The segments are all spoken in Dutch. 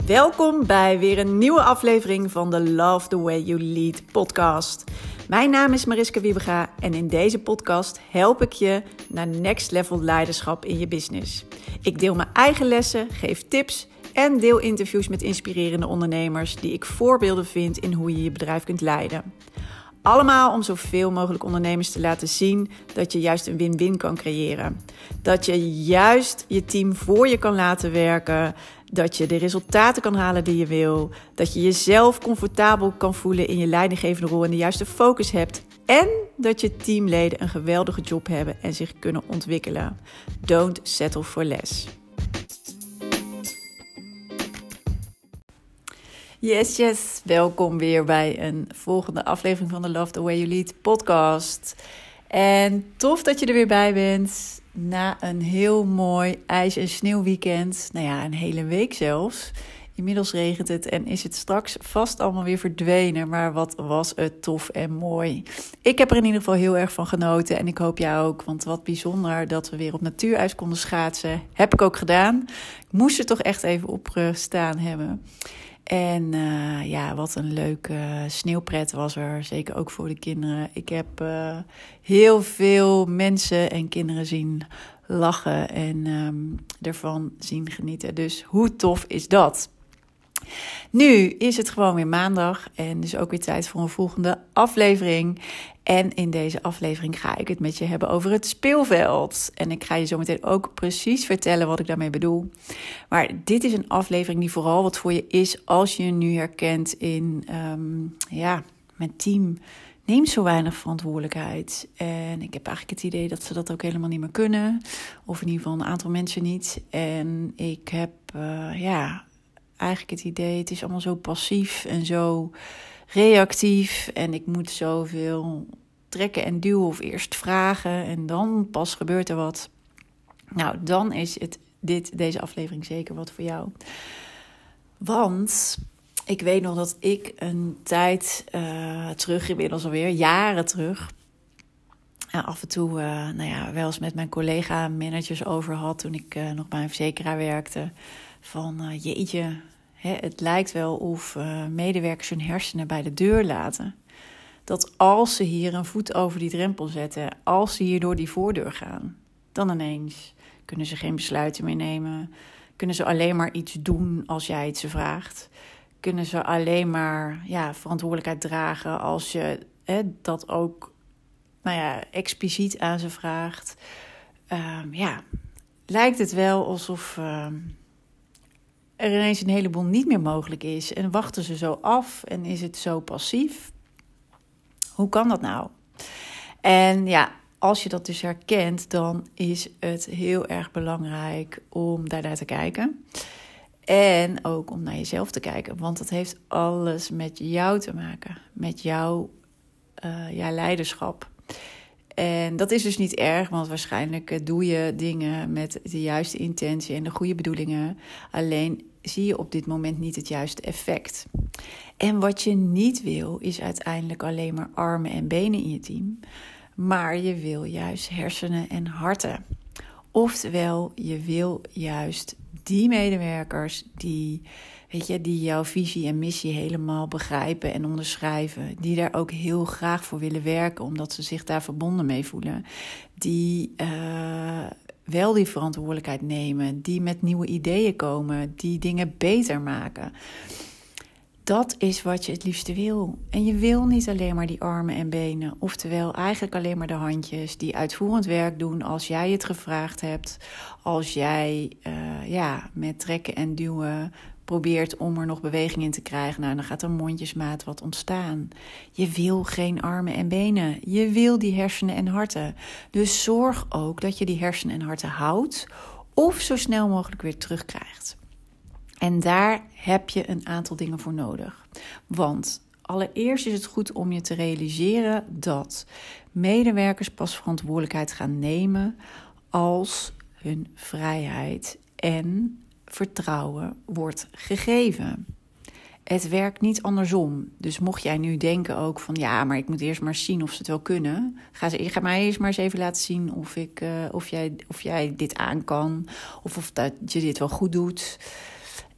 Welkom bij weer een nieuwe aflevering van de Love the Way You Lead podcast. Mijn naam is Mariska Wiebega en in deze podcast help ik je naar next level leiderschap in je business. Ik deel mijn eigen lessen, geef tips en deel interviews met inspirerende ondernemers die ik voorbeelden vind in hoe je je bedrijf kunt leiden. Allemaal om zoveel mogelijk ondernemers te laten zien dat je juist een win-win kan creëren. Dat je juist je team voor je kan laten werken. Dat je de resultaten kan halen die je wil. Dat je jezelf comfortabel kan voelen in je leidinggevende rol en de juiste focus hebt. En dat je teamleden een geweldige job hebben en zich kunnen ontwikkelen. Don't settle for less. Yes. Welkom weer bij een volgende aflevering van de Love the Way You Lead podcast. En tof dat je er weer bij bent na een heel mooi ijs- en sneeuwweekend. Nou ja, een hele week zelfs. Inmiddels regent het en is het straks vast allemaal weer verdwenen. Maar wat was het tof en mooi. Ik heb er in ieder geval heel erg van genoten en ik hoop jij ook. Want wat bijzonder dat we weer op natuurijs konden schaatsen. Heb ik ook gedaan. Ik moest er toch echt even op gestaan hebben. En wat een leuke sneeuwpret was er. Zeker ook voor de kinderen. Ik heb heel veel mensen en kinderen zien lachen en ervan zien genieten. Dus hoe tof is dat? Nu is het gewoon weer maandag en dus ook weer tijd voor een volgende aflevering. En in deze aflevering ga ik het met je hebben over het speelveld. En ik ga je zo meteen ook precies vertellen wat ik daarmee bedoel. Maar dit is een aflevering die vooral wat voor je is als je je nu herkent in, mijn team neemt zo weinig verantwoordelijkheid. En ik heb eigenlijk het idee dat ze dat ook helemaal niet meer kunnen. Of in ieder geval een aantal mensen niet. En ik heb, eigenlijk het idee, het is allemaal zo passief en zo reactief. En ik moet zoveel trekken en duwen of eerst vragen. En dan pas gebeurt er wat. Nou, dan is deze aflevering zeker wat voor jou. Want ik weet nog dat ik een tijd terug, inmiddels alweer, jaren terug, af en toe wel eens met mijn collega-managers over had toen ik nog bij een verzekeraar werkte. Van jeetje, het lijkt wel of medewerkers hun hersenen bij de deur laten. Dat als ze hier een voet over die drempel zetten, als ze hier door die voordeur gaan, dan ineens kunnen ze geen besluiten meer nemen. Kunnen ze alleen maar iets doen als jij het ze vraagt. Kunnen ze alleen maar verantwoordelijkheid dragen als je dat ook expliciet aan ze vraagt. Lijkt het wel alsof er ineens een heleboel niet meer mogelijk is. En wachten ze zo af en is het zo passief? Hoe kan dat nou? En als je dat dus herkent, dan is het heel erg belangrijk om daarnaar te kijken. En ook om naar jezelf te kijken. Want het heeft alles met jou te maken. Met jouw leiderschap. En dat is dus niet erg, want waarschijnlijk doe je dingen met de juiste intentie en de goede bedoelingen. Alleen zie je op dit moment niet het juiste effect. En wat je niet wil, is uiteindelijk alleen maar armen en benen in je team. Maar je wil juist hersenen en harten. Oftewel, je wil juist die medewerkers die jouw visie en missie helemaal begrijpen en onderschrijven. Die daar ook heel graag voor willen werken, omdat ze zich daar verbonden mee voelen. Die wel die verantwoordelijkheid nemen, die met nieuwe ideeën komen, die dingen beter maken. Dat is wat je het liefste wil. En je wil niet alleen maar die armen en benen. Oftewel eigenlijk alleen maar de handjes die uitvoerend werk doen als jij het gevraagd hebt. Als jij met trekken en duwen probeert om er nog beweging in te krijgen. Nou, dan gaat er mondjesmaat wat ontstaan. Je wil geen armen en benen. Je wil die hersenen en harten. Dus zorg ook dat je die hersenen en harten houdt of zo snel mogelijk weer terugkrijgt. En daar heb je een aantal dingen voor nodig. Want allereerst is het goed om je te realiseren dat medewerkers pas verantwoordelijkheid gaan nemen als hun vrijheid en vertrouwen wordt gegeven. Het werkt niet andersom. Dus mocht jij nu denken ook van maar ik moet eerst maar zien of ze het wel kunnen. Ga mij eerst maar eens even laten zien of jij dit aan kan. Of dat je dit wel goed doet.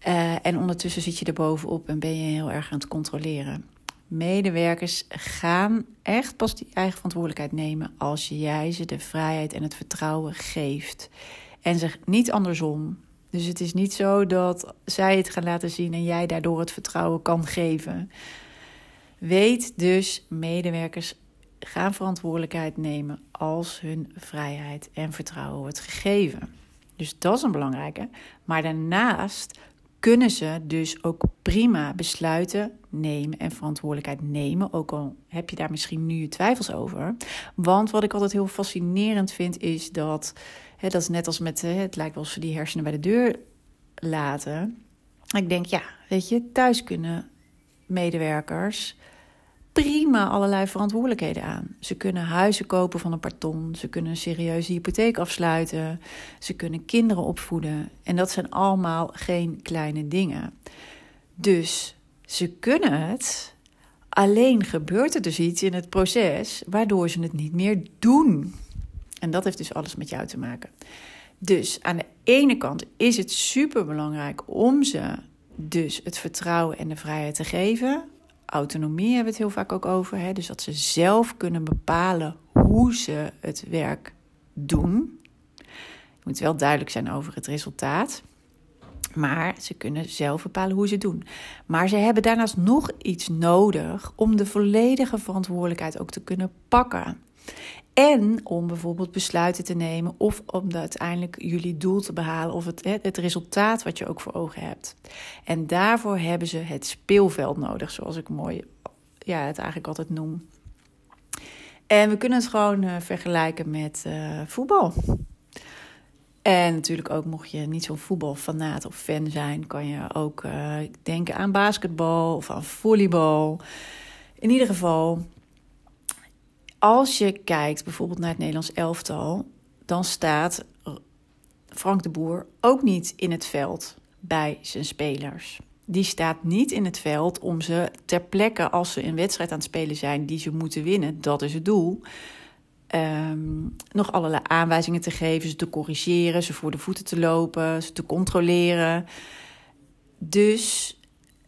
En ondertussen zit je er bovenop en ben je heel erg aan het controleren. Medewerkers gaan echt pas die eigen verantwoordelijkheid nemen als jij ze de vrijheid en het vertrouwen geeft. En zeg niet andersom. Dus het is niet zo dat zij het gaan laten zien en jij daardoor het vertrouwen kan geven. Weet dus, medewerkers gaan verantwoordelijkheid nemen als hun vrijheid en vertrouwen wordt gegeven. Dus dat is een belangrijke. Maar daarnaast kunnen ze dus ook prima besluiten nemen en verantwoordelijkheid nemen. Ook al heb je daar misschien nu je twijfels over. Want wat ik altijd heel fascinerend vind is dat dat is net als met, het lijkt wel alsof ze die hersenen bij de deur laten. Ik denk, ja, weet je, thuis kunnen medewerkers prima allerlei verantwoordelijkheden aan. Ze kunnen huizen kopen van een paar ton. Ze kunnen een serieuze hypotheek afsluiten. Ze kunnen kinderen opvoeden. En dat zijn allemaal geen kleine dingen. Dus ze kunnen het. Alleen gebeurt er dus iets in het proces waardoor ze het niet meer doen. En dat heeft dus alles met jou te maken. Dus aan de ene kant is het superbelangrijk om ze dus het vertrouwen en de vrijheid te geven. Autonomie hebben we het heel vaak ook over. Hè? Dus dat ze zelf kunnen bepalen hoe ze het werk doen. Het moet wel duidelijk zijn over het resultaat. Maar ze kunnen zelf bepalen hoe ze het doen. Maar ze hebben daarnaast nog iets nodig om de volledige verantwoordelijkheid ook te kunnen pakken. En om bijvoorbeeld besluiten te nemen of om uiteindelijk jullie doel te behalen of het resultaat wat je ook voor ogen hebt. En daarvoor hebben ze het speelveld nodig, zoals ik het eigenlijk altijd noem. En we kunnen het gewoon vergelijken met voetbal. En natuurlijk ook, mocht je niet zo'n voetbalfanaat of fan zijn, kan je ook denken aan basketbal of aan volleybal. In ieder geval, als je kijkt bijvoorbeeld naar het Nederlands elftal, dan staat Frank de Boer ook niet in het veld bij zijn spelers. Die staat niet in het veld om ze ter plekke, als ze een wedstrijd aan het spelen zijn die ze moeten winnen, dat is het doel, nog allerlei aanwijzingen te geven, ze te corrigeren, ze voor de voeten te lopen, ze te controleren. Dus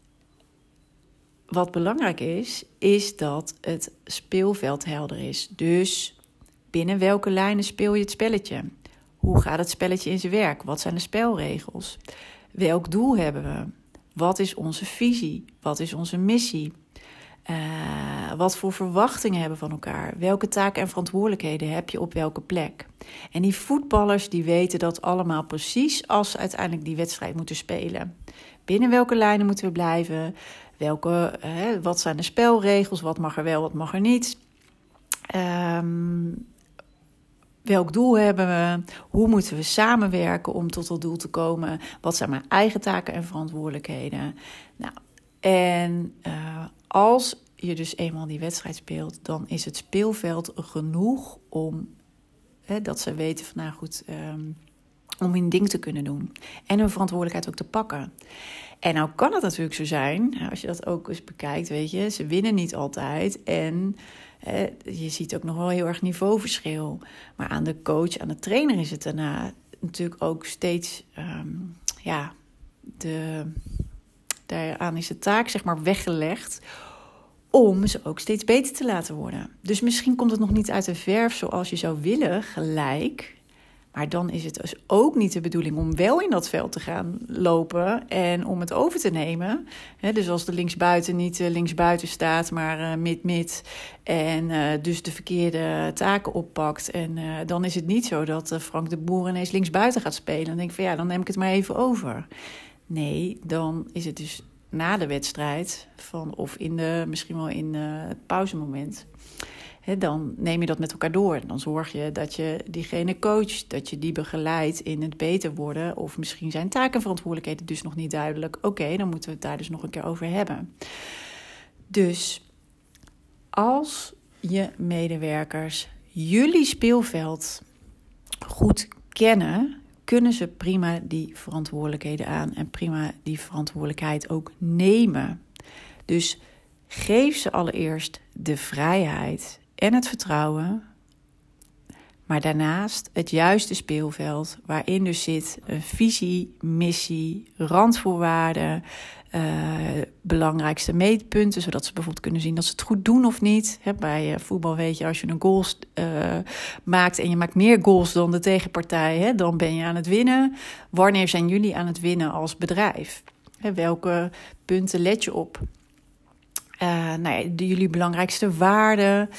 wat belangrijk is dat het speelveld helder is. Dus binnen welke lijnen speel je het spelletje? Hoe gaat het spelletje in zijn werk? Wat zijn de spelregels? Welk doel hebben we? Wat is onze visie? Wat is onze missie? Wat voor verwachtingen hebben we van elkaar? Welke taken en verantwoordelijkheden heb je op welke plek? En die voetballers die weten dat allemaal precies als ze uiteindelijk die wedstrijd moeten spelen. Binnen welke lijnen moeten we blijven? Wat zijn de spelregels? Wat mag er wel, wat mag er niet? Welk doel hebben we? Hoe moeten we samenwerken om tot dat doel te komen? Wat zijn mijn eigen taken en verantwoordelijkheden? Nou, en als je dus eenmaal die wedstrijd speelt, dan is het speelveld genoeg om dat ze weten van om hun ding te kunnen doen. En hun verantwoordelijkheid ook te pakken. En nou kan het natuurlijk zo zijn, als je dat ook eens bekijkt, weet je, ze winnen niet altijd. En je ziet ook nog wel heel erg niveauverschil. Maar aan de coach, aan de trainer is het daarna natuurlijk ook steeds, daaraan is de taak zeg maar weggelegd om ze ook steeds beter te laten worden. Dus misschien komt het nog niet uit de verf zoals je zou willen gelijk. Maar dan is het dus ook niet de bedoeling om wel in dat veld te gaan lopen en om het over te nemen. Dus als de linksbuiten niet linksbuiten staat, maar mid-mid. En dus de verkeerde taken oppakt. En dan is het niet zo dat Frank de Boer ineens linksbuiten gaat spelen. En dan denk ik van dan neem ik het maar even over. Nee, dan is het dus na de wedstrijd misschien wel in het pauzemoment. Dan neem je dat met elkaar door. Dan zorg je dat je diegene coacht, dat je die begeleidt in het beter worden. Of misschien zijn taken en verantwoordelijkheden dus nog niet duidelijk. Oké, dan moeten we het daar dus nog een keer over hebben. Dus als je medewerkers jullie speelveld goed kennen, kunnen ze prima die verantwoordelijkheden aan en prima die verantwoordelijkheid ook nemen. Dus geef ze allereerst de vrijheid en het vertrouwen. Maar daarnaast het juiste speelveld, waarin dus zit een visie, missie, randvoorwaarden, belangrijkste meetpunten, zodat ze bijvoorbeeld kunnen zien dat ze het goed doen of niet. Bij voetbal weet je, als je een goal maakt en je maakt meer goals dan de tegenpartij, dan ben je aan het winnen. Wanneer zijn jullie aan het winnen als bedrijf? Welke punten let je op? Jullie belangrijkste waarden.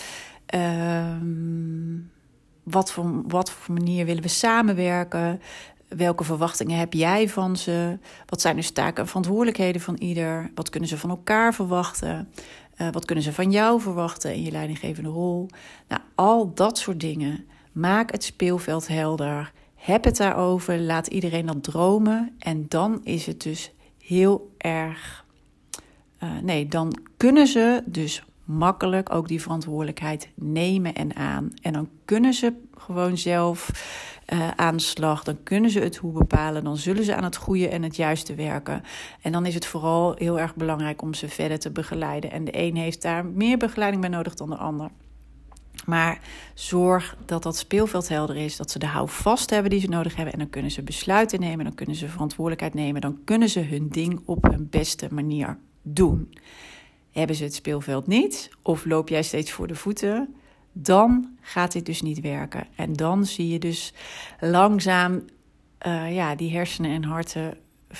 Wat voor manier willen we samenwerken? Welke verwachtingen heb jij van ze? Wat zijn dus taken en verantwoordelijkheden van ieder? Wat kunnen ze van elkaar verwachten? Wat kunnen ze van jou verwachten in je leidinggevende rol? Nou, al dat soort dingen. Maak het speelveld helder. Heb het daarover. Laat iedereen dat dromen. En dan is het dus heel erg... dan kunnen ze dus makkelijk ook die verantwoordelijkheid nemen en aan. En dan kunnen ze gewoon zelf aan de slag. Dan kunnen ze het hoe bepalen. Dan zullen ze aan het goede en het juiste werken. En dan is het vooral heel erg belangrijk om ze verder te begeleiden. En de een heeft daar meer begeleiding bij nodig dan de ander. Maar zorg dat dat speelveld helder is, dat ze de houvast hebben die ze nodig hebben. En dan kunnen ze besluiten nemen, dan kunnen ze verantwoordelijkheid nemen. Dan kunnen ze hun ding op hun beste manier doen. Hebben ze het speelveld niet, of loop jij steeds voor de voeten, dan gaat dit dus niet werken. En dan zie je dus langzaam die hersenen en harten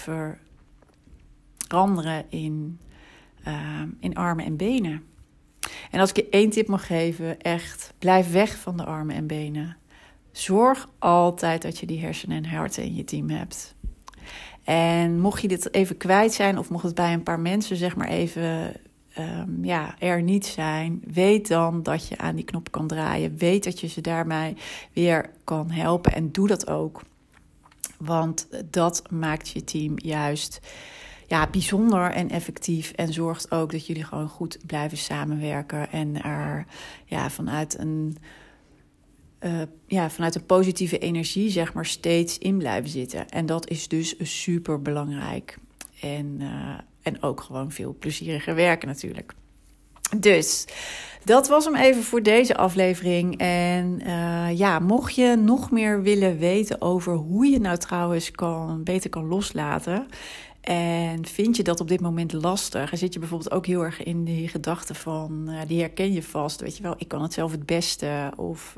veranderen in armen en benen. En als ik je 1 tip mag geven, echt, blijf weg van de armen en benen. Zorg altijd dat je die hersenen en harten in je team hebt. En mocht je dit even kwijt zijn, of mocht het bij een paar mensen zeg maar even er niet zijn, weet dan dat je aan die knop kan draaien. Weet dat je ze daarmee weer kan helpen en doe dat ook. Want dat maakt je team juist bijzonder en effectief en zorgt ook dat jullie gewoon goed blijven samenwerken en er vanuit een positieve energie zeg maar steeds in blijven zitten. En dat is dus super belangrijk. En ook gewoon veel plezieriger werken natuurlijk. Dus dat was hem even voor deze aflevering. En mocht je nog meer willen weten over hoe je nou trouwens beter kan loslaten. En vind je dat op dit moment lastig? En zit je bijvoorbeeld ook heel erg in die gedachte van, die herken je vast. Weet je wel, ik kan het zelf het beste. Of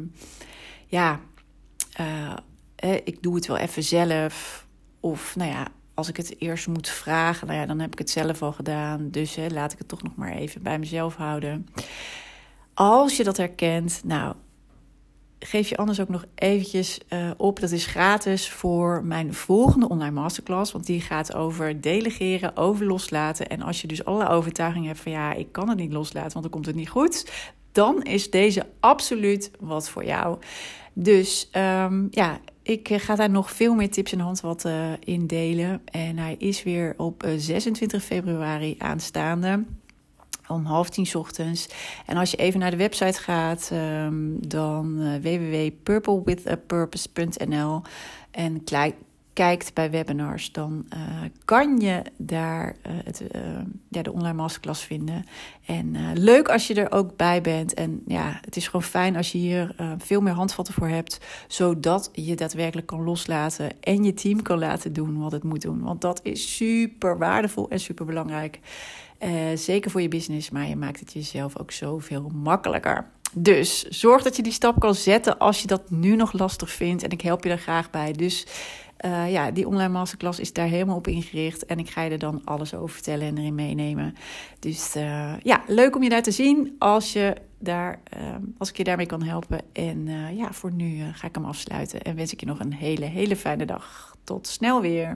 ik doe het wel even zelf. Of als ik het eerst moet vragen, dan heb ik het zelf al gedaan. Dus laat ik het toch nog maar even bij mezelf houden. Als je dat herkent, geef je anders ook nog eventjes op. Dat is gratis voor mijn volgende online masterclass. Want die gaat over delegeren, over loslaten. En als je dus allerlei overtuigingen hebt van ik kan het niet loslaten, want dan komt het niet goed. Dan is deze absoluut wat voor jou. Dus ik ga daar nog veel meer tips en handvatten in delen. En hij is weer op 26 februari aanstaande. Om 9:30 ochtends. En als je even naar de website gaat, dan www.purplewithapurpose.nl en kijkt bij webinars, dan kan je daar de online masterclass vinden. En leuk als je er ook bij bent. En het is gewoon fijn als je hier veel meer handvatten voor hebt, zodat je daadwerkelijk kan loslaten en je team kan laten doen wat het moet doen. Want dat is super waardevol en super belangrijk. Zeker voor je business, maar je maakt het jezelf ook zoveel makkelijker. Dus zorg dat je die stap kan zetten als je dat nu nog lastig vindt. En ik help je daar graag bij. Dus die online masterclass is daar helemaal op ingericht. En ik ga je er dan alles over vertellen en erin meenemen. Dus leuk om je daar te zien als ik je daarmee kan helpen. En voor nu ga ik hem afsluiten. En wens ik je nog een hele, hele fijne dag. Tot snel weer.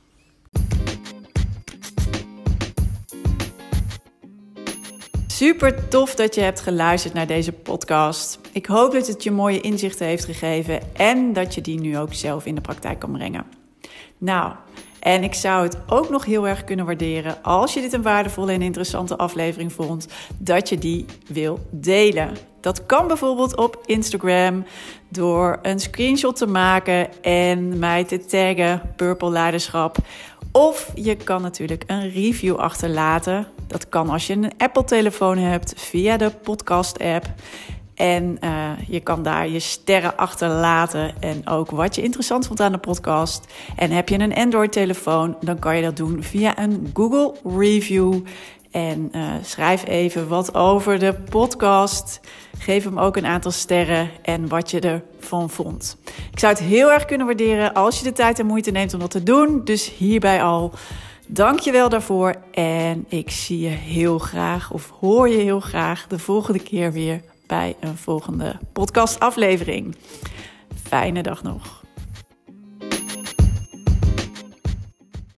Super tof dat je hebt geluisterd naar deze podcast. Ik hoop dat het je mooie inzichten heeft gegeven en dat je die nu ook zelf in de praktijk kan brengen. En ik zou het ook nog heel erg kunnen waarderen als je dit een waardevolle en interessante aflevering vond, dat je die wil delen. Dat kan bijvoorbeeld op Instagram door een screenshot te maken en mij te taggen Purple Leiderschap. Of je kan natuurlijk een review achterlaten. Dat kan als je een Apple-telefoon hebt via de podcast-app. En je kan daar je sterren achterlaten en ook wat je interessant vond aan de podcast. En heb je een Android-telefoon, dan kan je dat doen via een Google Review. En schrijf even wat over de podcast. Geef hem ook een aantal sterren en wat je ervan vond. Ik zou het heel erg kunnen waarderen als je de tijd en moeite neemt om dat te doen. Dus hierbij al, dank je wel daarvoor. En ik zie je heel graag of hoor je heel graag de volgende keer weer bij een volgende podcastaflevering. Fijne dag nog.